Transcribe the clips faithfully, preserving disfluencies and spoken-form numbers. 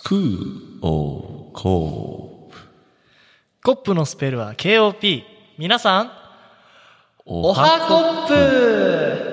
クーオーコープ。 コップのスペルは ケーオーピー。皆さん、 おおはコップ。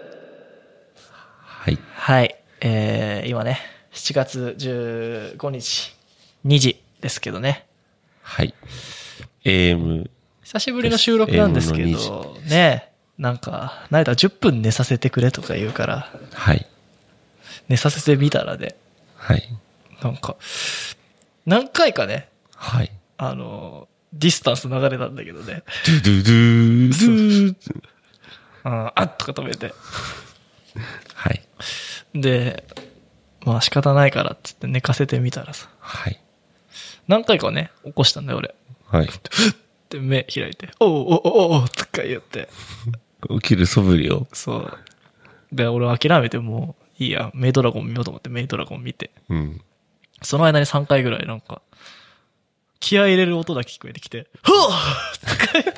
はい。 はい。えー、今ね、しちがつじゅうごにち、にじですけどね。 はい。エーエム。 久しぶりの収録なんですけエーエムど、 のにじね、なんか、慣れたらじゅっぷん寝させてくれとか言うから、 はい。 寝させてみたらで、 はい。 なんか、何回かね、 はい。 あの、ディスタンス流れたんだけどね。 ドゥドゥドゥドゥー。 ああっとか止めて。 はい。 で、まあ仕方ないからっつって寝かせてみたらさ、 はい。 何回かね、起こしたんだよ俺。 はい。 で、目開いて、おうおうおうおうとか言って。 起きる素振りを。 そう。で、俺は諦めてもう、いいや、メイドラゴン見ようと思ってメイドラゴン見て。 うん。 その間にさんかいぐらいなんか、気合い入れる音だけ聞こえてきて、はぁとか言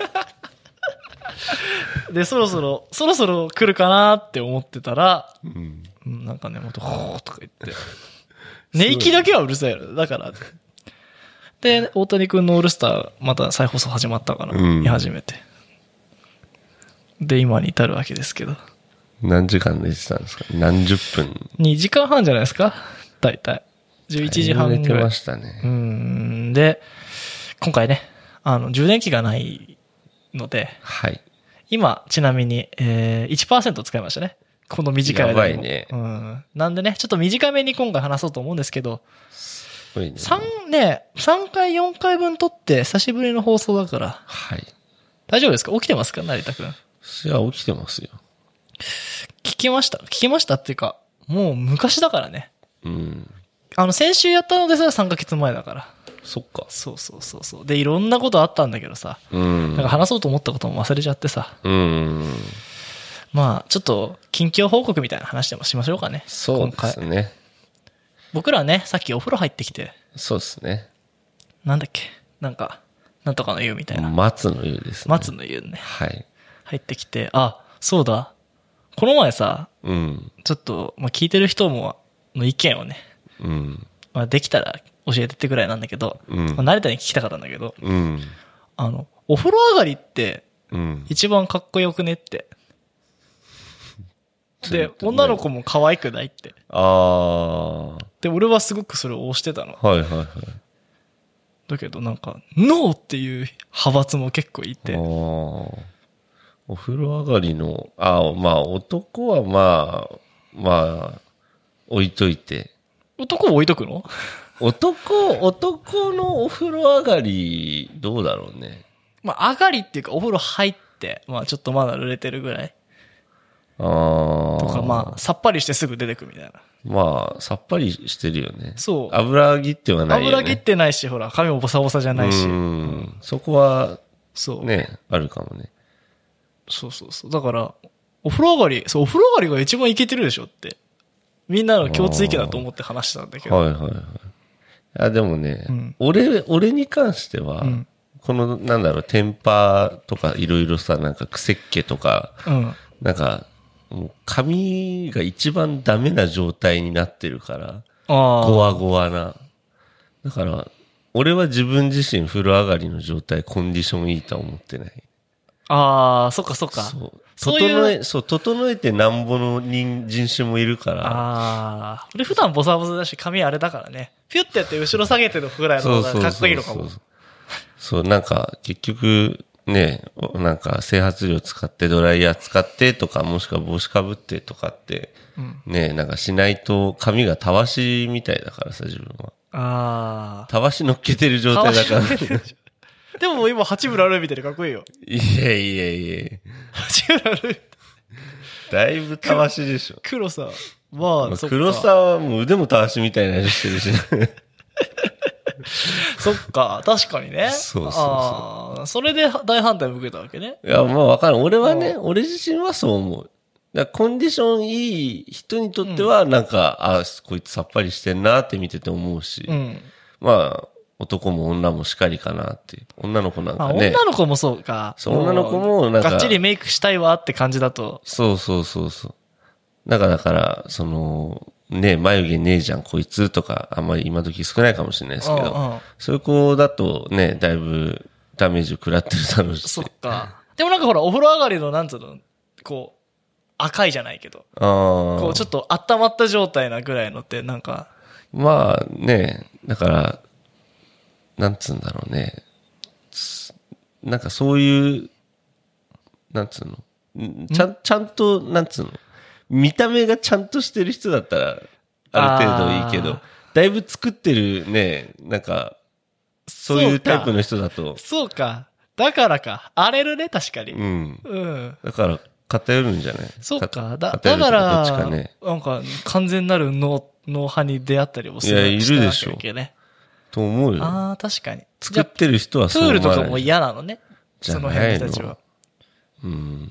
って。で、そろそろ、そろそろ来るかなって思ってたら、 うん。 うんなんかね、もっと、ほーとか言って。寝息だけはうるさいよ。だから。で、大谷くんのオールスター、また再放送始まったから、 うん見始めて。で、今に至るわけですけど。 何時間寝てたんですか？何十分。 にじかんはんじゃないですか大体。じゅういちじはんぐらい。 寝てましたね。 うーん。で、今回ね、あの、充電器がないので、 はい。 今、ちなみに、えー、いちパーセント使いましたね。この短い間にも。 やばいねうん。なんでね、ちょっと短めに今回話そうと思うんですけど、 すごいね。 さんね、さんかい、よんかいぶん撮って久しぶりの放送だから、 はい。 大丈夫ですか？起きてますか？成田くん。 いや、起きてますよ。 聞きました聞きましたっていうか、もう昔だからね。 うん。 あの、先週やったのでさ、さんかげつまえだから。 そっか。 そうそうそうそう。で、いろんなことあったんだけどさ、 うんなんか。話そうと思ったことも忘れちゃってさ、 うん。 まあ、ちょっと、近況報告みたいな話でもしましょうかね。 そうです今回。 ね。 僕らね、さっきお風呂入ってきて、 そうですね。 なんだっけなんか、なんとかの湯みたいな。 松の湯ですね。 松の湯ね。 はい。 入ってきて、あ、そうだ。この前さ、 うん。 ちょっと、まあ、聞いてる人も、の意見をね、 うん。 まあ、できたら教えてってくらいなんだけど、 うんまあ、成田に聞きたかったんだけど、 うん。 あの、お風呂上がりってうん。 一番かっこよくねって。で、女の子も可愛くないって。 あで、俺はすごくそれを推してたの。 あ。はいはいはい。 だけどなんか、ノーっていう派閥も結構いて。 ああ。お風呂上がりの、ああ、まあ男はまあ、まあ、置いといて。 男を置いとくの？ 男、男のお風呂上がり、どうだろうね。 まあ、上がりっていうかお風呂入って、まあちょっとまだ濡れてるぐらい。 ああ。 とかまあ、さっぱりしてすぐ出てくみたいな。 まあ、さっぱりしてるよね。 そう油切ってはないよね。 油切ってないし、ほら、髪もボサボサじゃないし。 ううんん。そこは、 そう。 ね、あるかもね。 そうそうそう。だから、お風呂上がり、そう、お風呂上がりが一番イケてるでしょって。みんなの共通意見だと思って話したんだけど。 はいはいはい。あ、でもね、 うん俺、俺に関しては、 うんこの、なんだろう、テンパーとかいろいろさ、なんか癖っ気とか、 うん。 なんか、もう髪が一番ダメな状態になってるから、 ああ。 ゴワゴワな。だから、俺は自分自身風呂上がりの状態、コンディションいいとは思ってない。 ああ、そっかそっか。 そう。 そういう整え、そう、整えてなんぼの人、人種もいるから。 ああ。俺普段ボサボサだし、髪あれだからね。ピュッてやって後ろ下げてるぐらいの方がかっこいいのかも。 そう、なんか、結局、ね、なんか、整髪料使って、ドライヤー使ってとか、もしくは帽子かぶってとかって、 うんね、なんかしないと、髪がたわしみたいだからさ、自分は。 ああ。 たわし乗っけてる状態だから。 でももう今、八村塁みたいでかっこいいよ。 いやいやいや八村塁。 だいぶたわしでしょ。 黒さ。まあ、そっか黒さはもう腕もたわしみたいな味してるし。 そっか、確かにね。 そうそうそうああ、それで大反対を受けたわけね。 いや、まあわかる。俺はね、俺自身はそう思う。だからコンディションいい人にとっては、なんか、あ、こいつさっぱりしてんなって見てて思うし。 うん。 まあ、男も女もしかりかなっていう。女の子なんあ、 かね。 女の子もそうか。 そう女の子もなんかがっちりメイクしたいわって感じだと。 そうそうそうそう。だから、だから、その、 ね、眉毛ねえじゃん、こいつとか、あんまり今時少ないかもしれないですけど、 うんうん、 そういう子だとね、だいぶダメージを食らってるだろうし。 そっか。でもなんかほら、お風呂上がりの、なんつうの、こう、赤いじゃないけど、 あこう、ちょっと温まった状態なぐらいのって、なんか。 まあね、だから、なんつうんだろうね。なんかそういう、なんつうのちゃん、ちゃんと、なんつうの見た目がちゃんとしてる人だったら、ある程度いいけど、だいぶ作ってるね、なんか、そういうタイプの人だと。 そうか。だからか。荒れるね、確かに。 うん。 うん。 だから、偏るんじゃないそうか。だ、だかから、 どっちかね、 なんか、完全なる脳、脳派に出会ったりもする。 いや、いるでしょ。 ね、 と思うよ。 ああ、確かに。 作ってる人はそう思わない。 プールとかも嫌なのね。その辺の人たちは。 うん。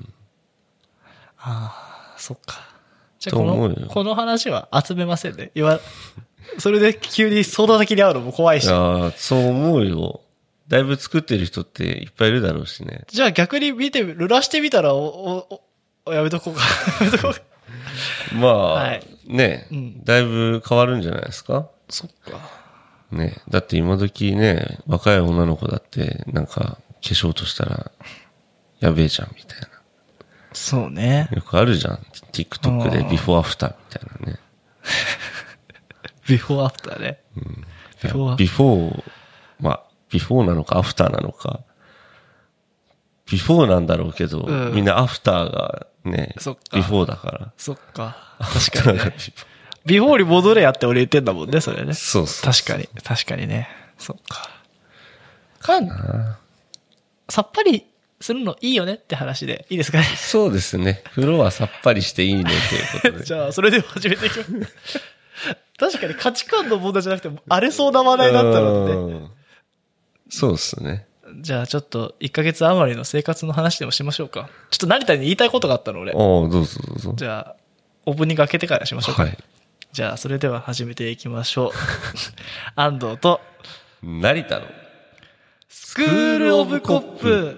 ああ、そっか。じゃあこの、この話は集めませんね。言わ、それで急に相談的に会うのも怖いし。 いやそう思うよ。だいぶ作ってる人っていっぱいいるだろうしね。 じゃあ逆に見て、濡らしてみたら、お、お、お、やめとこうか。やめとこうか。 まあ、 はい、 ね、うん、だいぶ変わるんじゃないですか。 そっか。 ね、だって今時ね、若い女の子だって、なんか、化粧としたら、やべえじゃん、みたいな。 そうね。 よくあるじゃん。TikTok でビフォーアフターみたいなね。 ビフォーアフターね。 うん。ビフォー、ビフォー、まあ、ビフォーなのかアフターなのか。ビフォーなんだろうけど、うん、みんなアフターがね、ビフォーだから。 そっか。確かに、ね。ビフォーに戻れやって俺言ってんだもんね、それね。 そうそうそう。確かに。確かにね。そっか。かん、さっぱりするのいいよねって話でいいですかね。 そうですね。風呂はさっぱりしていいねということで。 じゃあ、それで始めていきます。確かに価値観の問題じゃなくて、荒れそうな話題だったのでね。 そうですね。 じゃあちょっといっかげつ余りの生活の話でもしましょうか。ちょっと成田に言いたいことがあったの俺。 ああ、どうぞどうぞ。 じゃあ、オープニング開けてからしましょうか。 はい。 じゃあ、それでは始めていきましょう。安藤と、 成田の、 スクールオブコップ。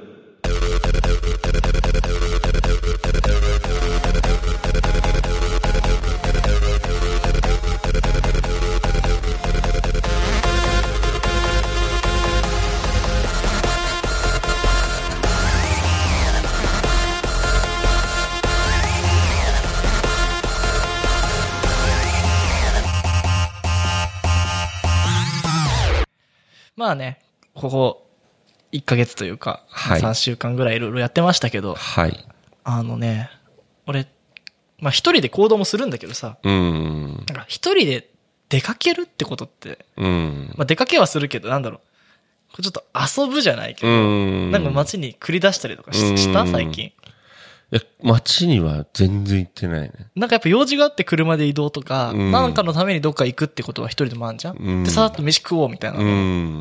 まあね、ここいっかげつというか、はい、さんしゅうかんぐらいいろいろやってましたけど、 はい、 あのね、俺、まあ一人で行動もするんだけどさ、 うん、 なんか一人で出かけるってことって、 うん、 まあ出かけはするけど、なんだろう、ちょっと遊ぶじゃないけど、うん、なんか街に繰り出したりとか し,、うん、した最近。 いや、街には全然行ってないね。 なんかやっぱ用事があって車で移動とか、うん、なんかのためにどっか行くってことは一人でもあるじゃん、うん、で、さらっと飯食おうみたいな、うん。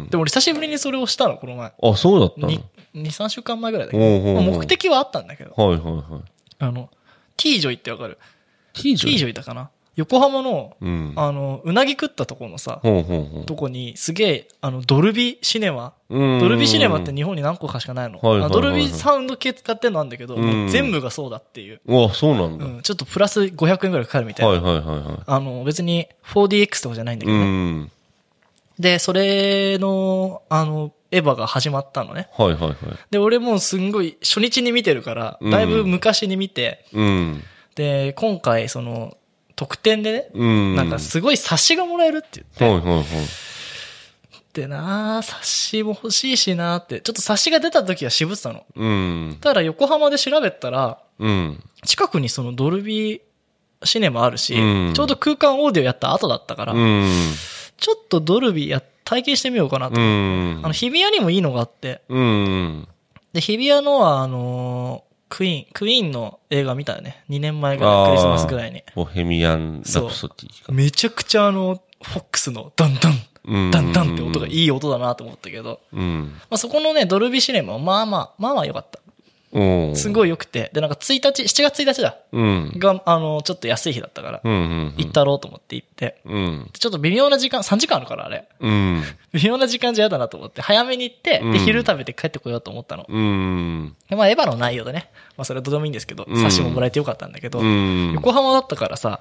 でも俺久しぶりにそれをしたの、この前。 あ、そうだったの ? に、さんしゅうかんまえぐらいだけど。おうおうおう、目的はあったんだけど。 はいはいはい。 あの、T ジョイってわかる？ T ジョイ？ T ジョイだかな？横浜の、 うん、 あの、うなぎ食ったとこのさ、 ほうほうほう、 とこに、すげえ、あの、ドルビシネマ、ドルビシネマって日本に何個かしかないの。はいはいはいはい、ドルビサウンド系使ってんのなんだけど、もう全部がそうだっていう。 うわ、そうなんだ、 うん。ちょっとプラスごひゃくえんくらいかかるみたいな。 はいはいはいはい。 あの、別に フォーディーエックス とかじゃないんだけどね。うん、で、それの、あの、エヴァが始まったのね。 はいはいはい。 で、俺もすんごい初日に見てるから、だいぶ昔に見て、 うん、 で、今回、その、特典でね、うん、なんかすごい冊子がもらえるって言って。 はいはいはい。 でなぁ、冊子も欲しいしなーって、ちょっと冊子が出た時は渋ってたの。 うん。 ただ横浜で調べたら、 うん、 近くにそのドルビーシネマあるし、うん、ちょうど空間オーディオやった後だったから、うん、ちょっとドルビーや体験してみようかなと思って、うん、あの日比谷にもいいのがあって、 うん、 で日比谷のはあのークイーン、クイーンの映画見たよね。にねんまえぐらい、クリスマスぐらいに。 ボヘミアン・ラプソディか。 めちゃくちゃあの、フォックスのダンダン、ダンダンって音がいい音だなと思ったけど、 うん、 まあ、そこのね、ドルビーシネマはまあまあ、まあまあ良かった。すごい良くて。で、なんかついたち、しちがつついたちだ。 うん、 が、あの、ちょっと安い日だったから、 うんうんうん、 行ったろうと思って行って、 うん、 ちょっと微妙な時間、さんじかんあるからあれ。 うん、 微妙な時間じゃ嫌だなと思って、早めに行って、で、昼食べて帰ってこようと思ったの。 うん、 でまあ、エヴァの内容でね、まあ、それはどうでもいいんですけど、冊子ももらえてよかったんだけど、 うん、 横浜だったからさ、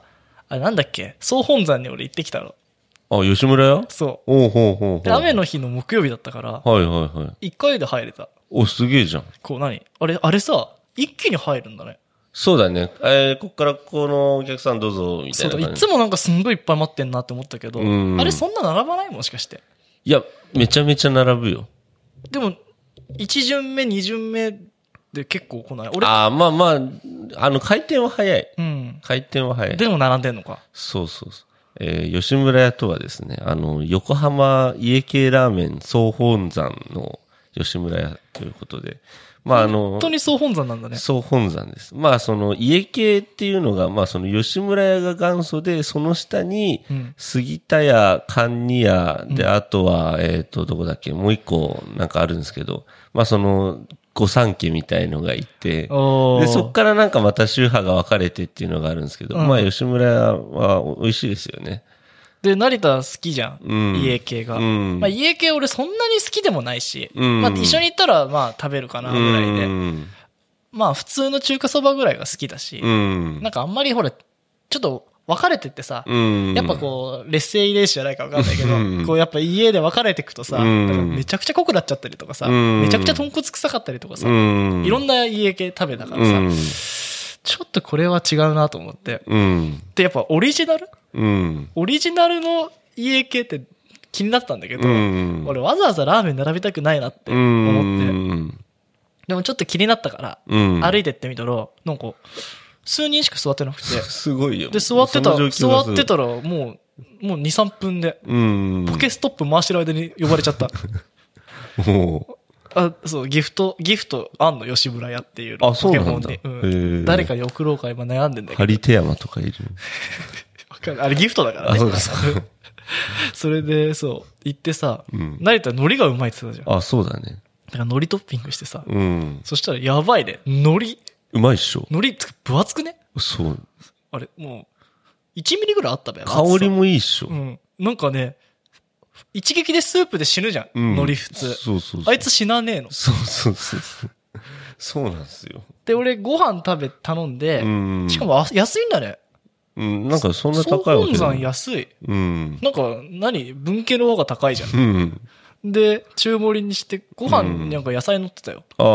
あれなんだっけ、総本山に俺行ってきたの。 あ、吉村屋？ そう。 おうほうほうほう。 で、雨の日の木曜日だったから、 はいはいはい。 一回で入れた。 お、すげえじゃん。 こう何あれ、あれさ、一気に入るんだね。 そうだね。えー、こっからこのお客さんどうぞ、みたいな感じ。 そうだ、いつもなんかすんごいいっぱい待ってんなって思ったけど、あれそんな並ばないもしかして。 いや、めちゃめちゃ並ぶよ。 でも、一巡目、二巡目で結構来ない。俺。 ああ、まあまあ、あの、回転は早い。 うん。 回転は早い。 でも並んでんのか。 そうそうそう。えー、吉村屋とはですね、あの、横浜家系ラーメン総本山の吉村屋ということで、まああの、 本当に総本山なんだね。 総本山です。まあその家系っていうのが、まあその吉村屋が元祖で、その下に、杉田屋、甘二屋、で、あとは、えっと、どこだっけ、もう一個なんかあるんですけど、まあその、御三家みたいのがいて、で、そっからなんかまた宗派が分かれてっていうのがあるんですけど、うん、まあ吉村屋は美味しいですよね。 で、成田好きじゃん。うん、家系が。うん、まあ家系俺そんなに好きでもないし、うん、まあ一緒に行ったらまあ食べるかなぐらいで、うん、まあ普通の中華そばぐらいが好きだし、うん、なんかあんまりほら、ちょっと分かれてってさ、うん、やっぱこう、劣勢遺伝子じゃないか分かんないけど、うん、こうやっぱ家で分かれていくとさ、うん、なんかめちゃくちゃ濃くなっちゃったりとかさ、うん、めちゃくちゃ豚骨臭かったりとかさ、うん、いろんな家系食べたからさ、うん、ちょっとこれは違うなと思って。うん、で、やっぱオリジナル、うん、オリジナルの家系って気になったんだけど、うん、俺わざわざラーメン並びたくないなって思って、うん、でもちょっと気になったから、うん、歩いてってみたら、なんか、数人しか座ってなくて。 すごいよ。 で、座ってた、座ってたらもう、もうに、さんぷんで、ポケストップ回してる間に呼ばれちゃった。もう。あ、そう、ギフト、ギフト、あんの吉村屋っていうの。 あ、そうなんだ。 うん。誰かに送ろうか今悩んでんだけど。 ハリテ山とかいる。 わかる。あれギフトだからね。 あ、そうですか。 それで、そう、行ってさ、うん、成田海苔がうまいって言ってたじゃん。 あ、そうだね。 だから海苔トッピングしてさ、うん。そしたらやばいね。海苔。 うまいっしょ。 海苔、分厚くね？ そう。 あれ、もう、いちミリぐらいあったべ。 香りもいいっしょ。 うん。なんかね、一撃でスープで死ぬじゃん。うん、海苔普通。 そうそうそう。 あいつ死なねえの。 そうそうそう。そうなんですよ。 で、俺ご飯食べ、頼んで、うん、しかも安いんだね。 うん、なんかそんな高いわけ総本山安い。うん。なんか、何文系の方が高いじゃん。うん。で、中盛りにして、ご飯になんか野菜乗ってたよ。 うん、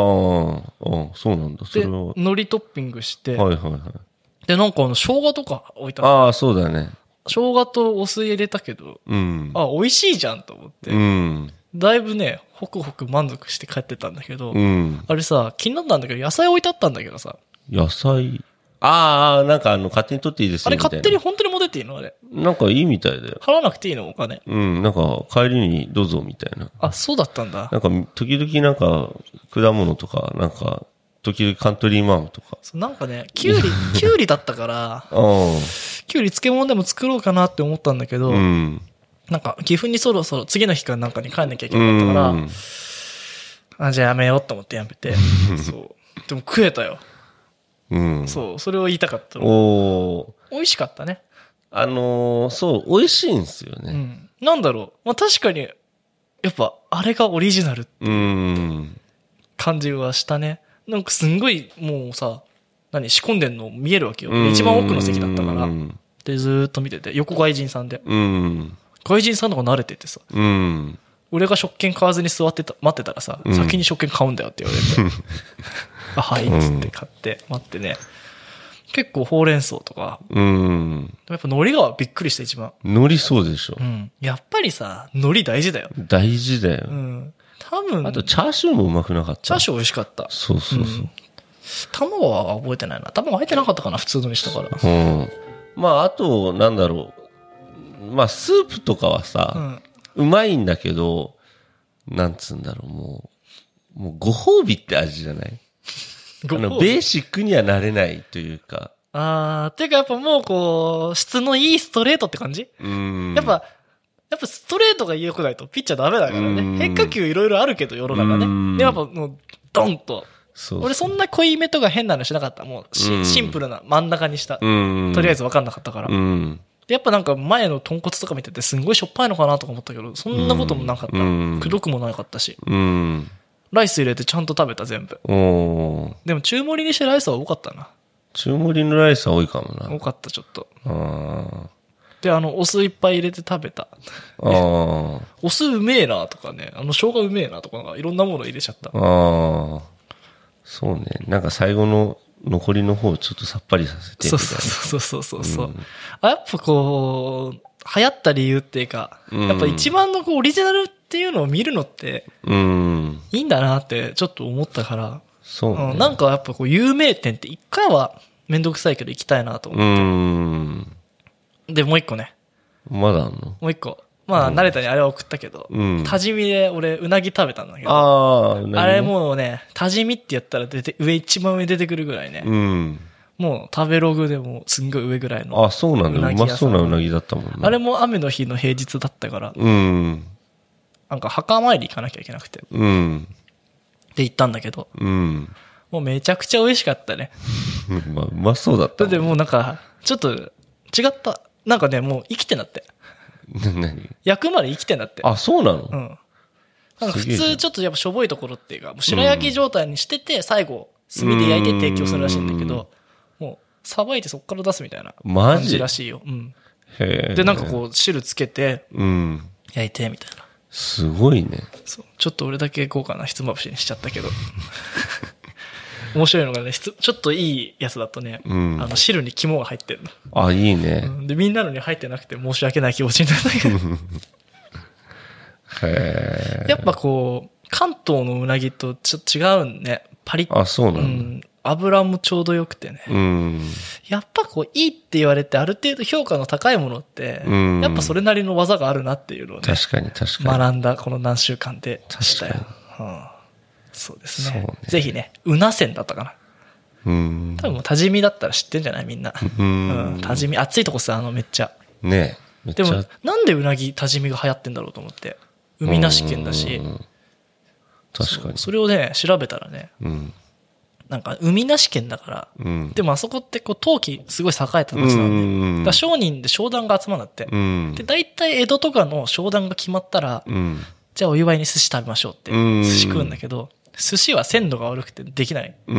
ああ、そうなんだ。それは。 で、海苔トッピングして、 はいはいはい。 で、なんかあの、生姜とか置いてあった。 ああ、そうだね。 生姜とお酢入れたけど、うん。あ、美味しいじゃんと思って。うん。だいぶね、ホクホク満足して帰ってたんだけど、うん。あれさ、気になったんだけど、野菜置いてあったんだけどさ。 野菜ああ、なんかあの、勝手に取っていいですよあれ勝手に本当に持ってっていいのあれ。 なんかいいみたいだよ。 払わなくていいのお金。 うん、なんか帰りにどうぞみたいな。 あ、そうだったんだ。 なんか、時々なんか、果物とか、なんか、時々カントリーマームとか。 なんかね、キュウリ、キュウリだったから、キュウリ漬物でも作ろうかなって思ったんだけど、うん、なんか、岐阜にそろそろ次の日かなんかに帰んなきゃいけなかったから、うん、あ、じゃあやめようと思ってやめて。そう。でも食えたよ。うん。そう、それを言いたかったの。お美味しかったね。 あのー、そう、美味しいんですよね。 うん。なんだろう。まあ、確かに、やっぱ、あれがオリジナルっていう感じはしたね。なんかすんごい、もうさ、何、仕込んでんの見えるわけよ。一番奥の席だったから。で、ずーっと見てて、横外人さんで。うん。外人さんの方が慣れててさ。うん。俺が食券買わずに座ってた、待ってたらさ、うん、先に食券買うんだよって言われて。あ、はい、つって買って、待ってね。結構ほうれん草とか。うん。やっぱ海苔がびっくりした一番。 海苔そうでしょ。 うん。やっぱりさ、海苔大事だよ。 大事だよ。 うん。多分。 あとチャーシューもうまくなかった。 チャーシュー美味しかった。 そうそうそう。うん、 卵は覚えてないな。卵入ってなかったかな、普通のにしたから。うん。まあ、あと、なんだろう。まあ、スープとかはさ、うんうまいんだけど、なんつうんだろう、もう、もうご褒美って味じゃないあの、ベーシックにはなれないというか。 あー、ていうかやっぱもうこう、質のいいストレートって感じうん。やっぱ、やっぱストレートが良くないとピッチャーダメだからね。変化球いろいろあるけど世の中ね。で、やっぱもう、ドンと。そうそう俺そんな濃いめとか変なのしなかった。もうシ、シンプルな真ん中にした。とりあえず分かんなかったから。うんやっぱなんか前の豚骨とか見ててすんごいしょっぱいのかなとか思ったけど、そんなこともなかった。くどくもなかったし。うん、ライス入れてちゃんと食べた全部。でも中盛りにしてライスは多かったな。 中盛りのライスは多いかもな。 多かった、ちょっと。 あで、あの、お酢いっぱい入れて食べた。 あ。ああ。 お酢うめえなとかね、あの、生姜うめえなとか、なんかいろんなもの入れちゃった。 ああ。そうね。なんか最後の残りの方をちょっとさっぱりさせてみたいな。 そうそうそうそうそう。うん、あ、やっぱこう、流行った理由っていうか、うん、やっぱ一番のこうオリジナルっていうのを見るのって、うん。いいんだなってちょっと思ったから、 そうね、 うん。なんかやっぱこう有名店って一回はめんどくさいけど行きたいなと思って。うん。で、もう一個ね。 まだあんの？ もう一個。まあ、慣れたにあれは送ったけど、うん、多治見で俺、うなぎ食べたんだけど、 ああ、 あれもうね、多治見ってやったら出て、上、一番上出てくるぐらいね。うん。もう食べログでもすんごい上ぐらいの。 あ、そうなんだ。うまそうなうなぎだったもんね。 あれも雨の日の平日だったから、うん。なんか墓参り行かなきゃいけなくて。うん。で行ったんだけど、うん。もうめちゃくちゃ美味しかったね。 まあ、うまそうだった。 だってもうなんか、ちょっと違った。なんかね、もう生きてなって。 何？ 焼くまで生きてんだって。 あ、そうなの？ うん。なんか普通ちょっとやっぱしょぼいところっていうか、もう白焼き状態にしてて、最後、炭で焼いて提供するらしいんだけど、もう、さばいてそっから出すみたいな感じらしいよ。うん。へで、なんかこう、汁つけて、うん。焼いて、みたいな。 すごいね。 そう。ちょっと俺だけ豪華なひつまぶしにしちゃったけど。面白いのがね、ちょっといいやつだとね、うん、あの汁に肝が入ってるの。 あ、いいね、 うん。で、みんなのに入ってなくて申し訳ない気持ちになるんだけど。へやっぱこう、関東のうなぎとちょっと違うんね。パリッ。 あ、そうなんだ。うん。 油もちょうどよくてね。うん。やっぱこう、いいって言われてある程度評価の高いものって、うん、やっぱそれなりの技があるなっていうのをね。 確かに確かに。 学んだこの何週間でしたよ。うん。そうですね。ねぜひね、うな線だったかな。うん。多分多治見だったら知ってんじゃないみんな。うん。多治見、暑いとこさ、あのめっちゃ。 ねえ。 めっちゃでも、なんでうなぎ多治見が流行ってんだろうと思って。海なし県だし。 確かにそ。 それをね、調べたらね。うん。なんか、海なし県だから。うん。でもあそこってこう、陶器すごい栄えた町なんで。うん。だから商人で商談が集まるんだって。うん。で、大体江戸とかの商談が決まったら、うん。じゃあお祝いに寿司食べましょうって。寿司食うんだけど、寿司は鮮度が悪くてできない。うん。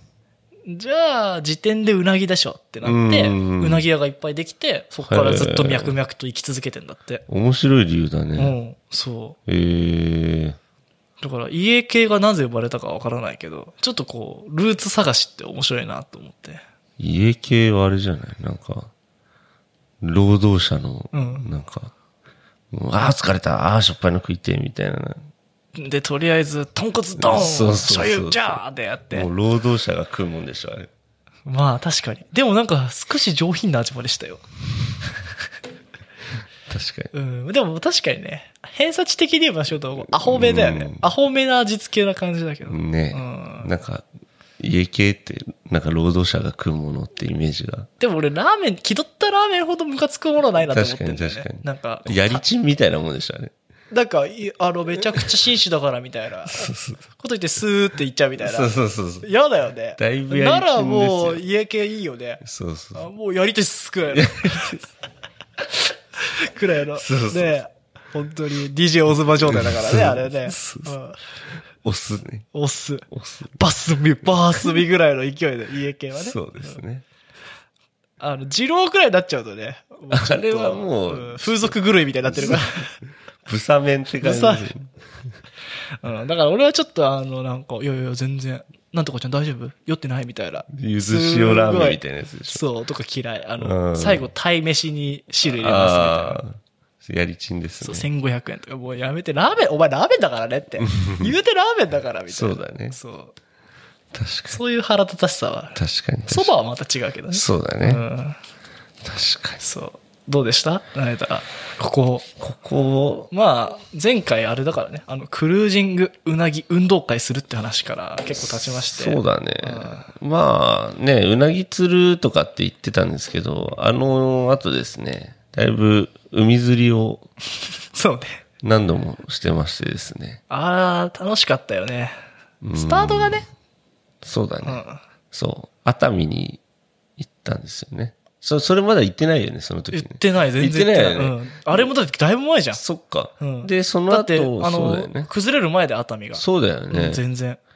じゃあ、時点でうなぎでしょってなって、う, うなぎ屋がいっぱいできて、そこからずっと脈々と生き続けてんだって。 面白い理由だね。 うん、そう。 へえ。 だから、家系がなぜ生まれたかわからないけど、ちょっとこう、ルーツ探しって面白いなと思って。 家系はあれじゃないなんか、労働者の、なんか、うん、ああ、疲れた、ああ、しょっぱいの食いて、みたいな。 で、とりあえず、豚骨ドーンそうそうそう醤油ジャーでやって。 もう労働者が食うもんでしょ、あれ。 まあ、確かに。でもなんか、少し上品な味もでしたよ。 確かに。 うん。でも確かにね、偏差値的に言えばちょっと、アホめだよね。アホめな味付けな感じだけど。 ねえ。うん、なんか、家系って、なんか労働者が食うものってイメージが。 でも俺、ラーメン、気取ったラーメンほどムカつくものないなと思ってんだよね。 確かに確かに。 なんか。 やりちんみたいなもんでしょ、あれ。 なんか、あの、めちゃくちゃ紳士だからみたいな。こと言ってスーって言っちゃうみたいな。 そうそうそうそう。 嫌だよね。 だいぶやりちんですよ。 ならもう、家系いいよね。 そうそう。 もうやり手すくらいの。くらいの。そうそう。ね本当に ディージェー オズマ状態だからね、あれね。 押すね。 押す。押す。バスミ、バースミぐらいの勢いで、家系はね。 そうですね。 あの、二郎くらいになっちゃうとね。 あれはもう、 風俗狂いみたいになってるから。 ブサメンって感じ。 うん。だから俺はちょっとあの、なんか、いやいや、全然、なんとかちゃん大丈夫酔ってないみたいな。 ゆず塩ラーメンみたいなやつでしょ。 そう、とか嫌い。あの、最後、鯛飯に汁入れますみたいな。 やりちんですね。 そう、せんごひゃくえんとか、もうやめて、ラーメン、お前ラーメンだからねって。言うてラーメンだから、みたいな。 そうだね。 そう。 確かに。 そういう腹立たしさは。 確かに。 そばはまた違うけどね。 そうだね。うん。確かに。 そう。どうでした慣れたここ。 ここ。 まあ、前回あれだからね、あの、クルージング、うなぎ、運動会するって話から結構経ちまして。 そうだね。うん、まあ、ね、うなぎ釣るとかって言ってたんですけど、あの後ですね、だいぶ海釣りを。 そうね。 何度もしてましてですね。 ああ、楽しかったよね。スタートがね。 そうだね。うん、そう。熱海に行ったんですよね。そ、それまだ行ってないよね、その時に。 行ってない、全然行ってないよね。うん。あれもだってだいぶ前じゃん。 そっか。うん。で、その後、 だって、あの、ね、崩れる前で熱海が。 そうだよね。 うん、全然。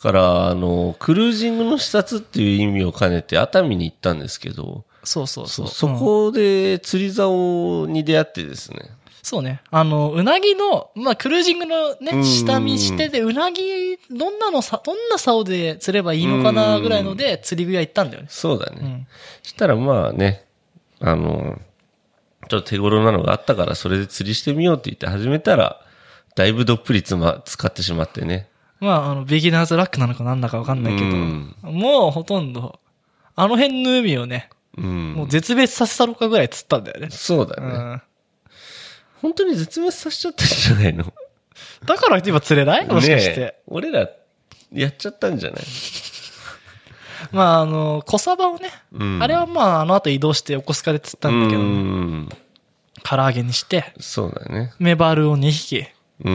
から、あの、クルージングの視察っていう意味を兼ねて熱海に行ったんですけど、 そうそうそう。 そ、そこで釣り竿に出会ってですね。 そうね。あの、うなぎの、まあ、クルージングのね、下見してて、うなぎ、どんなのさ、どんな竿で釣ればいいのかなぐらいので、釣り具屋行ったんだよね。 そうだね。 うん、 そしたらまあね、あの、ちょっと手頃なのがあったから、それで釣りしてみようって言って始めたら、だいぶどっぷりつま、使ってしまってね。 まあ、あの、ビギナーズラックなのかなんだかわかんないけど、うん、もうほとんど、あの辺の海をね、うん、もう絶滅させたろかぐらい釣ったんだよね。 そうだね。うん本当に絶滅させちゃったんじゃないの？ だから今釣れないもしかして。ね、 俺ら、やっちゃったんじゃない？ まあ、あの、小サバをね、うん、あれはまあ、あの後移動して横須賀で釣ったんだけど、ね、うん唐揚げにして、 そうだね。 メバルをにひき。 うん。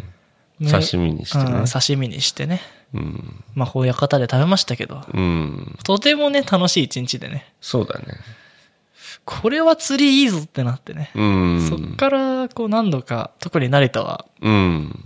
刺身にしてね。 うん、刺身にしてね。うん。まあ、こういう方で食べましたけど、うん。とてもね、楽しい一日でね。 そうだね。 これは釣りいいぞってなってね。うん。そっから、こう何度か、特に成田は、うん。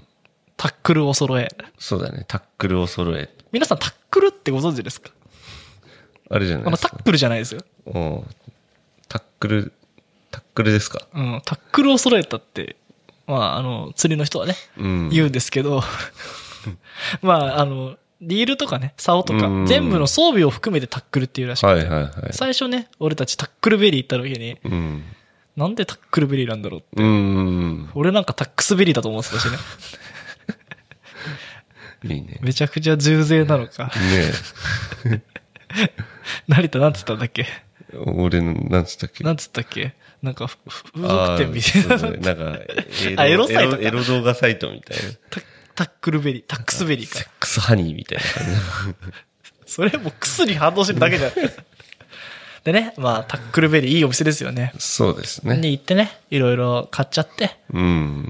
タックルを揃え。 そうだね。タックルを揃え。 皆さんタックルってご存知ですか？ あれじゃないですか。 あの、タックルじゃないですよ。 おタックル、タックルですか？ うん。タックルを揃えたって、まあ、あの、釣りの人はね、うん、言うんですけど、まあ、あの、リールとかね、竿とか、全部の装備を含めてタックルっていうらしくて、はいはいはい、最初ね、俺たちタックルベリー行った時に、うん、なんでタックルベリーなんだろうって、うん、俺なんかタックスベリーだと思ってたしね。 いいね。 めちゃくちゃ重税なのか。ねえ。成田なんつったんだっけ？ 俺の、なんつったっけ？ なんつったっけ？なんか、風俗店みたいな。 ね、なんか、 エロ、あ、エロサイトか。 エロ動画サイトみたいな。 タックルベリー、タックスベリーか。 セックスハニーみたいな感じ。それもうクスに反応してるだけじゃん。でね、まあ、タックルベリーいいお店ですよね。 そうですね。 に行ってね、いろいろ買っちゃって、うん。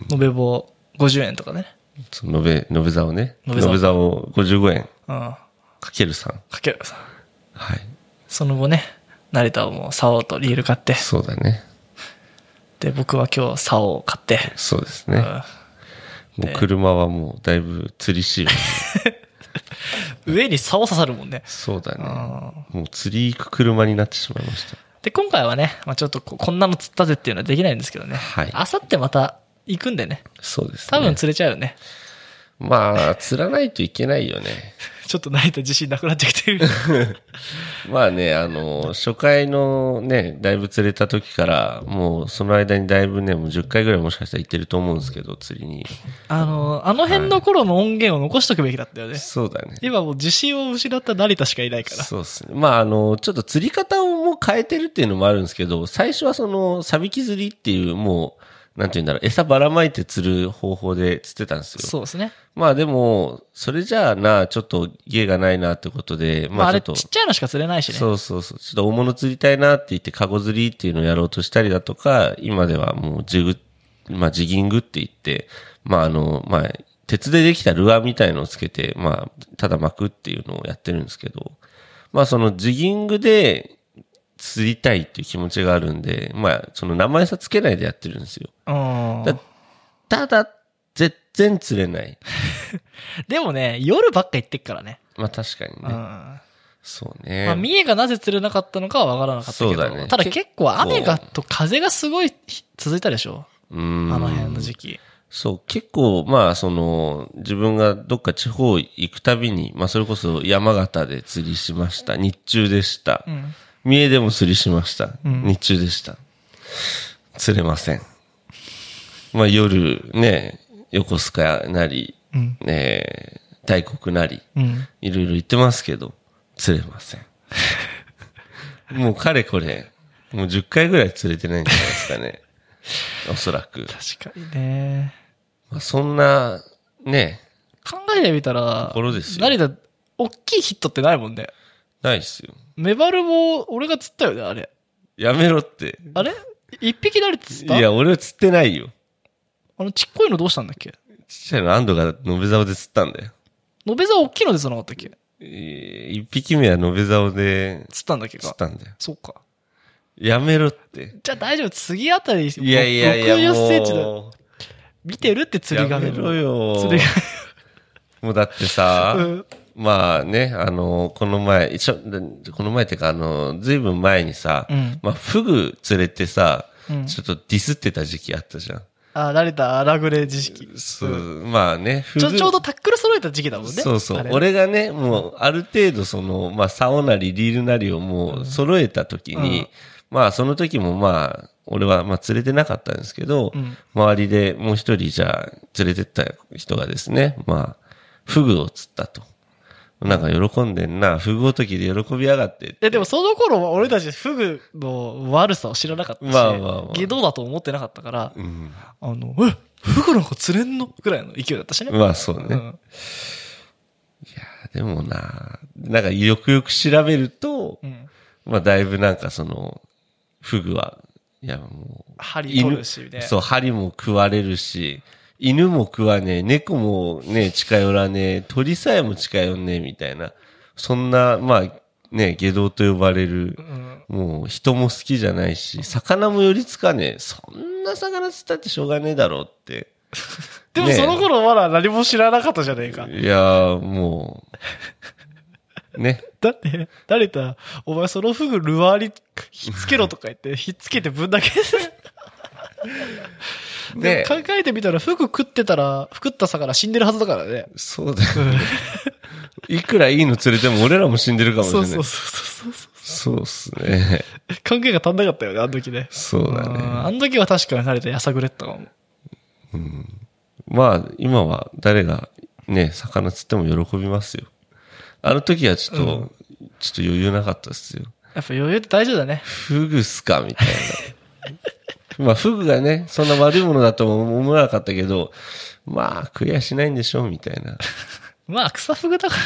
延べ棒ごじゅうえんとかね。 延べ、延べ竿ね。延べ竿ごじゅうごえん。うん。かけるさん。 かけるさん。 はい。 その後ね、成田をもう竿とリール買って。 そうだね。 で、僕は今日竿を買って。 そうですね。うんもう車はもうだいぶ釣り仕様上に竿刺さるもんね。 そうだね。もう釣り行く車になってしまいました。 で、今回はね、まあ、ちょっと こ, こんなの釣ったぜっていうのはできないんですけどね。はい。あさってまた行くんでね。 そうですね。 多分釣れちゃうよね。 まあ、釣らないといけないよね。 ちょっと成田自信なくなってきてる。 まあね、あの、初回のね、だいぶ釣れた時から、もうその間にだいぶね、もうじゅっかいぐらいもしかしたら行ってると思うんですけど、釣りに。 あの、あの辺の頃の音源を残しとくべきだったよね。はい、 そうだね。 今もう自信を失った成田しかいないから。 そうですね。まああの、ちょっと釣り方をもう変えてるっていうのもあるんですけど、最初はその、サビキ釣りっていうもう、なんて言うんだろう、餌ばらまいて釣る方法で釣ってたんですよ。 そうですね。 まあでも、それじゃあな、ちょっと芸がないなってことで、 まあちょっと。まあ、あれちっちゃいのしか釣れないしね。 そうそうそう。ちょっと大物釣りたいなって言って、カゴ釣りっていうのをやろうとしたりだとか、今ではもうジグ、まあジギングって言って、まああの、まあ、鉄でできたルアーみたいのをつけて、まあ、ただ巻くっていうのをやってるんですけど、まあそのジギングで、釣りたいっていう気持ちがあるんで、まあ、その名前さつけないでやってるんですよ。だただ、全然釣れない。 でもね、夜ばっか行ってっからね。 まあ確かにね。うん、そうね。 まあ、三重がなぜ釣れなかったのかはわからなかったけど。そうだね。ただ結構雨がと風がすごい続いたでしょ。うん。あの辺の時期。 そう、結構、まあ、その、自分がどっか地方行くたびに、まあそれこそ山形で釣りしました。日中でした。うん三重でも釣りしました。うん、日中でした。釣れません。まあ夜ね、横須賀なり、うん、ね、大黒なり、うん、いろいろ言ってますけど、釣れません。もうかれこれ、もうじゅっかいぐらい釣れてないんじゃないですかね。おそらく。 確かにね。 まあそんな、ね。 考えてみたら、 ところですよ。 何だ、大きいヒットってないもんね。 ないっすよ。 メバルも、俺が釣ったよね、あれ。 やめろって。 あれ一匹誰釣った？ いや、俺は釣ってないよ。 あの、ちっこいのどうしたんだっけ？ ちっちゃいの安藤が延べ竿で釣ったんだよ。 延べ竿大きいので釣らなかったっけ？ えー、一匹目は延べ竿で。 釣ったんだっけか？ 釣ったんだよ。 そうか。 やめろって。 じゃあ大丈夫、次あたり、 いやいやいや、 ろくじゅっセンチだ。見てるって釣り画面。 やめろよ。釣り画面。もうだってさ、うん、 まあね、あの、この前、一緒、この前ってか、あの、ずいぶん前にさ、うん、まあ、フグ連れてさ、うん、ちょっとディスってた時期あったじゃん。 あ、慣れた荒ぐれ時期。 そう、うん、まあね、 フグちょ、ちょうどタックル揃えた時期だもんね。 そうそう。俺がね、もう、ある程度その、まあ、竿なりリールなりをもう揃えた時に、うん、まあ、その時もまあ、俺はまあ連れてなかったんですけど、うん、周りでもう一人じゃあ連れてった人がですね、まあ、フグを釣ったと。なんか喜んでんな、フグごときで喜びやがってって。 え、でもその頃は俺たちフグの悪さを知らなかったし、まあまあまあ、下道だと思ってなかったから、うん、あの、え、フグなんか釣れんのぐらいの勢いだったしね。 まあそうね。うん、いや、でもな、なんかよくよく調べると、うん、まあだいぶなんかその、フグは、いやもう、 針取るしね。 そう、針も食われるし、犬も食わねえ、猫もね、近寄らねえ、鳥さえも近寄んねえ、みたいな。そんな、まあ、ね、下道と呼ばれる、うん、もう人も好きじゃないし、魚も寄りつかねえ。そんな魚釣ったってしょうがねえだろうって。 でもその頃まだ何も知らなかったじゃねえか。 いやー、もう、ね。 だって、誰だ、お前そのフグルアーにひっつけろとか言って、ひっつけてぶんだけで考えてみたら、フグ食ってたら、食った魚死んでるはずだからね。 そうだよね。いくらいいの釣れても俺らも死んでるかもしれない。 そうそうそうそう。 そうっすね。 考えが足んなかったよね、あの時ね。 そうだね。 あの時は確かに慣れてやさぐれったかも。 うん。まあ、今は誰がね、魚釣っても喜びますよ。あの時はちょっと、うん、ちょっと余裕なかったですよ。 やっぱ余裕って大事だね。 フグっすかみたいな。まあ、フグがね、そんな悪いものだとも思わなかったけど、まあ、食いやしないんでしょみたいな。 まあ、草フグだから。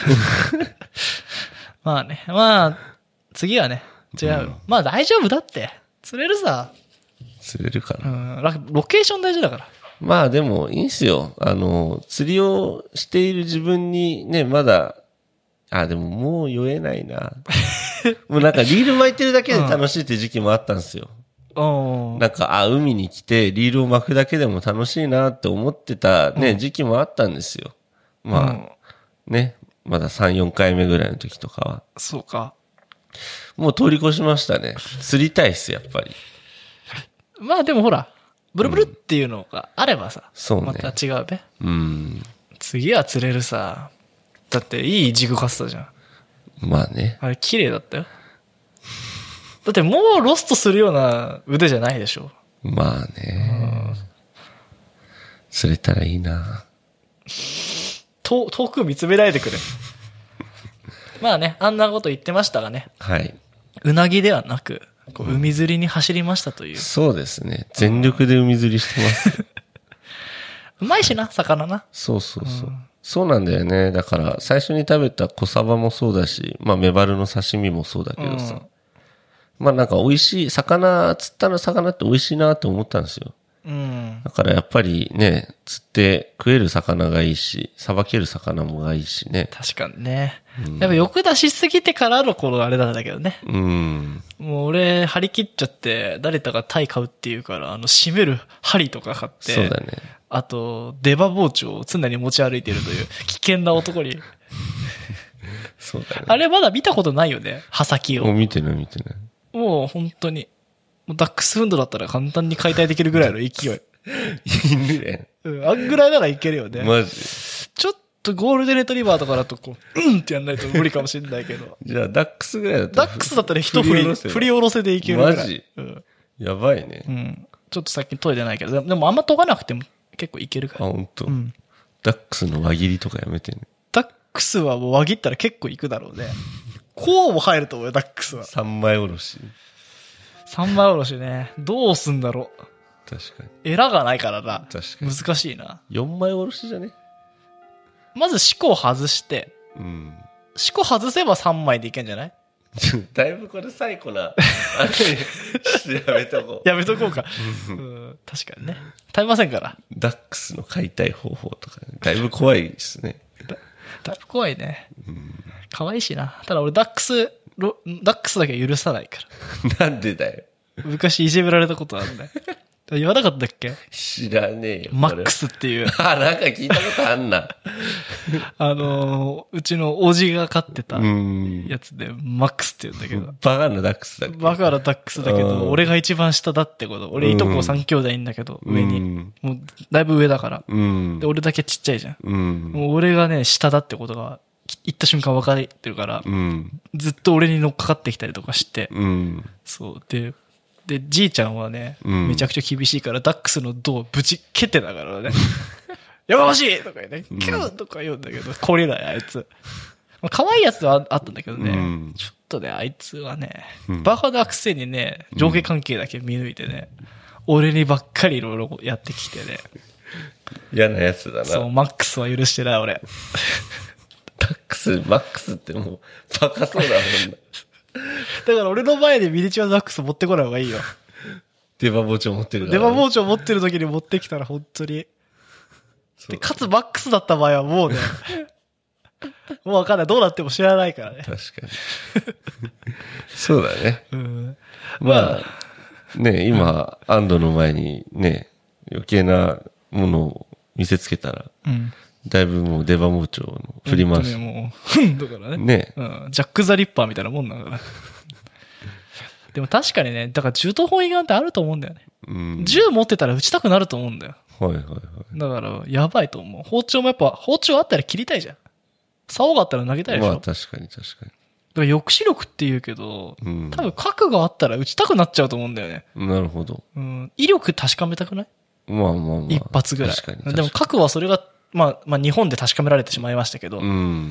まあね、まあ、次はね、違うよ。うん、まあ、大丈夫だって。釣れるさ。 釣れるかな。 うん、ロケーション大事だから。 まあ、でも、いいんすよ。あの、釣りをしている自分にね、まだ、あ、でももう酔えないな。もうなんかリール巻いてるだけで楽しいって時期もあったんですよ。 うん、 なんか、あ、海に来てリールを巻くだけでも楽しいなって思ってたね、うん、時期もあったんですよ。まあ、うん、ね、まださん、よんかいめぐらいの時とかは。 そうか。 もう通り越しましたね。釣りたいっす、やっぱり。 まあでもほら、ブルブルっていうのがあればさ、うん、そうね。また違うべ。 うん。 次は釣れるさ。だっていいジグカスタじゃん。 まあね。 あれ綺麗だったよ。だってもうロストするような腕じゃないでしょ。 まあね。釣れたらいいな。 遠く見つめないでくれ。まあね、あんなこと言ってましたがね。 はい。 うなぎではなく、こう海釣りに走りましたという。 そうですね。全力で海釣りしてます。 うまいしな、魚な。 そうそうそう。うん、そうなんだよね。だから、最初に食べた小サバもそうだし、まあ、メバルの刺身もそうだけどさ。うん、まあ、なんか美味しい、魚、釣ったの魚って美味しいなって思ったんですよ。 うん。 だからやっぱりね、釣って食える魚がいいし、さばける魚もがいいしね。 確かにね。うん、やっぱ欲出しすぎてからの頃あれなんだけどね。 うん。 もう俺、張り切っちゃって、誰かがタイ買うっていうから、あの、締める針とか買って。 そうだね。 あと、出刃包丁を常に持ち歩いているという危険な男に。 そうだね。 あれまだ見たことないよね、刃先を。 もう見てない見てない。 もう本当に。もうダックスフンドだったら簡単に解体できるぐらいの勢い。 犬ね。 うん、あんぐらいならいけるよね。 マジ。 ちょっとゴールデンレトリバーとかだとこう、うんってやんないと無理かもしれないけど。 じゃあダックスぐらいだったら。ダックスだったら一振り、振り下ろせでいけるぐらい。 マジ、 うん、 やばいね。 うん。ちょっとさっき研いでないけど、でもあんま研がなくても結構いけるから。 あ、ほんと。 うん。 ダックスの輪切りとかやめてね。 ダックスはもう輪切ったら結構いくだろうね。こうも入ると思うよ、ダックスは。 三枚おろし。 三枚おろしね。どうすんだろう。 確かに。 エラがないからな。 確かに。 難しいな。 四枚おろしじゃね？ まず四股を外して。 うん。 四股外せば三枚でいけんじゃない？ だいぶこれ最古な。あれ、やめとこう。 やめとこうか。うん、確かにね。食べませんから。 ダックスの解体方法とか、ね、だいぶ怖いですね。 だ, だいぶ怖いね。可愛いしな。ただ俺ダックス、ダックスだけは許さないから。 なんでだよ。 昔いじめられたことあるね。 言わなかったっけ？ 知らねえよ。 マックスっていう。 あ、なんか聞いたことあんな。 あのー、うちのおじが飼ってたやつで、マックスって言うんだけど。 バカなダックスだっけ？ バカなダックスだけど、俺が一番下だってこと。俺いとこ三兄弟いんだけど、上に。もう、だいぶ上だから。で、俺だけちっちゃいじゃん。もう俺がね、下だってことが、行った瞬間分かってるから、ずっと俺に乗っかかってきたりとかして、そう。で、で、じいちゃんはね、うん、めちゃくちゃ厳しいから、ダックスの胴をぶち蹴ってたからね。やかましいとか言って、キューとか言うんだけど、懲りないあいつ。まあ、可愛いやつはあったんだけどね、うん、ちょっとね、あいつはね、うん、バカなくせにね、上下関係だけ見抜いてね、うん、俺にばっかりいろいろやってきてね。 嫌なやつだな。 そう、マックスは許してない俺。 ダックス、マックスってもう、バカそうだもんな。 だから俺の前でミニチュアダックス持ってこない方がいいよ。 出刃包丁持ってるから、 ね。出刃包丁持ってる時に持ってきたら本当に。でかつマックスだった場合はもうね、もうわかんない。どうなっても知らないからね。 確かに。そうだね。うん、まあ、ね、今、うん、安藤の前にね、余計なものを見せつけたら、うんだいぶもう出刃包丁の振り回し。 ね、もう、だからね。ね、うん。ジャック・ザ・リッパーみたいなもんだから。でも確かにね、だから銃刀法違反ってあると思うんだよね。うん、銃持ってたら撃ちたくなると思うんだよ。 はいはいはい。 だから、やばいと思う。包丁もやっぱ、包丁あったら切りたいじゃん。竿があったら投げたいでしょ。 まあ確かに確かに。だから抑止力って言うけど、うん、多分核があったら撃ちたくなっちゃうと思うんだよね。 なるほど。 うん。威力確かめたくない？ まあまあまあ。 一発ぐらい。 確かに確かに。 でも核はそれが、まあ、まあ日本で確かめられてしまいましたけど、うん、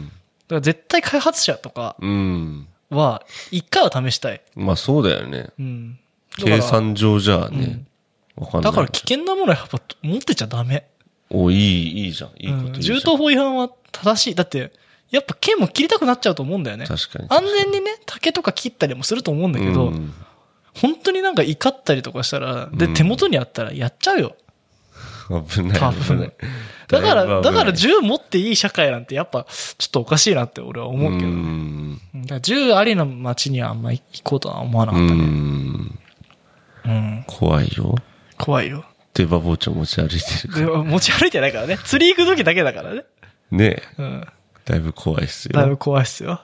だから絶対開発者とかは一回は試したい。 まあそうだよね。うん、計算上じゃあね、うん、わかんない。 だから危険なものはやっぱ持ってちゃダメ。 お、いい、いいじゃん。いいこと言うじゃん。 銃刀法違反は正しい。だって、やっぱ剣も切りたくなっちゃうと思うんだよね。 確かに。 安全にね、竹とか切ったりもすると思うんだけど、うん、本当になんか怒ったりとかしたら、で、手元にあったらやっちゃうよ。 危ない。 多分。だから、だから銃持っていい社会なんてやっぱちょっとおかしいなって俺は思うけど、ね。うんだから銃ありの街にはあんま行こうとは思わなかったね。うんうん、怖いよ。 怖いよ。 出刃包丁持ち歩いてるから。 持ち歩いてないからね。釣り行く時だけだからね。 ねえ。うん。だいぶ怖いっすよ。 だいぶ怖いっすよ。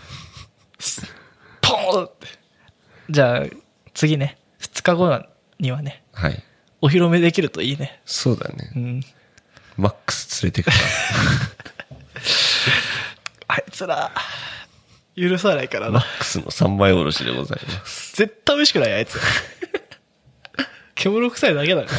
ポーンって。じゃあ、次ね。二日後にはね。はい。お披露目できるといいね。 そうだね。うん。マックス連れてくから。 あいつら、許さないからな。 マックスの三枚おろしでございます。 絶対美味しくない、あいつ。獣臭いだけだから。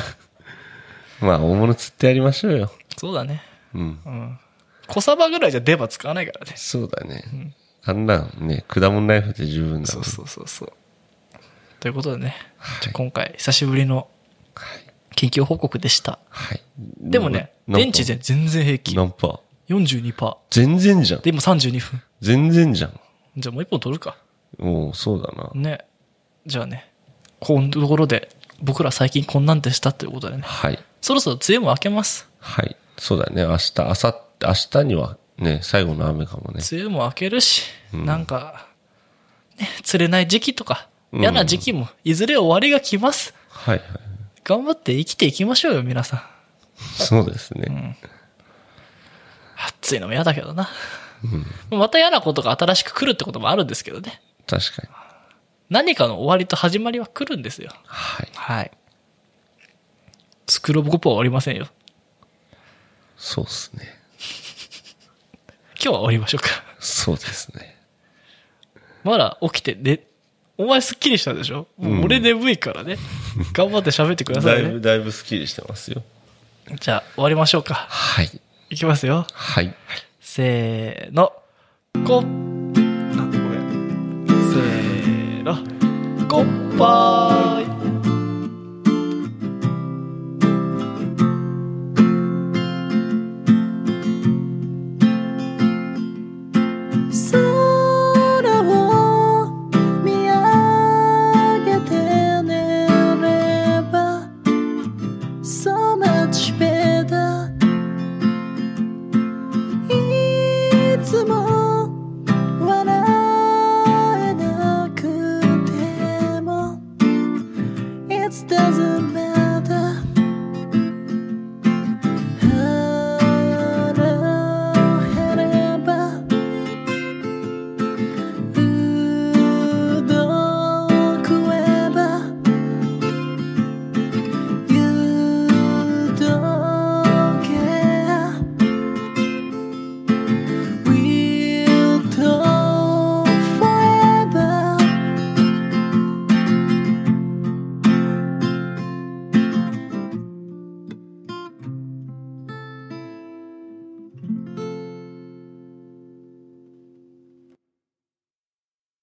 まあ、大物釣ってやりましょうよ。 そうだね。うん。うん。小サバぐらいじゃ出刃使わないからね。 そうだね。うん、あんなんね、果物ナイフで十分だもん。 そうそうそうそう。ということでね。はい、じゃ今回、久しぶりの研究報告でした。はい。でもね、電池で全然平気。 何パー ? よんじゅうにパーセント。 全然じゃん。 で、今さんじゅうにふん。 全然じゃん。 じゃあもう一本取るか。 おお、そうだな。 ね。じゃあね、このところで、僕ら最近こんなんでしたということでね。はい。そろそろ梅雨も明けます。 はい。そうだね。明日、明後日、明日にはね、最後の雨かもね。 梅雨も明けるし、うん、なんか、ね、釣れない時期とか、嫌な時期も、いずれ終わりが来ます。うん、はいはい。頑張って生きていきましょうよ、皆さん。 そうですね。うん、 暑いのも嫌だけどな。うん、また嫌なことが新しく来るってこともあるんですけどね。 確かに。 何かの終わりと始まりは来るんですよ。はい。はい。スクローブコップは終わりませんよ。 そうですね。 今日は終わりましょうか。 そうですね。 まだ起きて、ね、お前スッキリしたでしょ、うん、俺眠いからね。頑張って喋ってくださいね。 だいぶ、だいぶスッキリしてますよ。 じゃあ、終わりましょうか。 はい。 いきますよ。 はい。 せーの。こ、なんだこれ。せーの。コッパー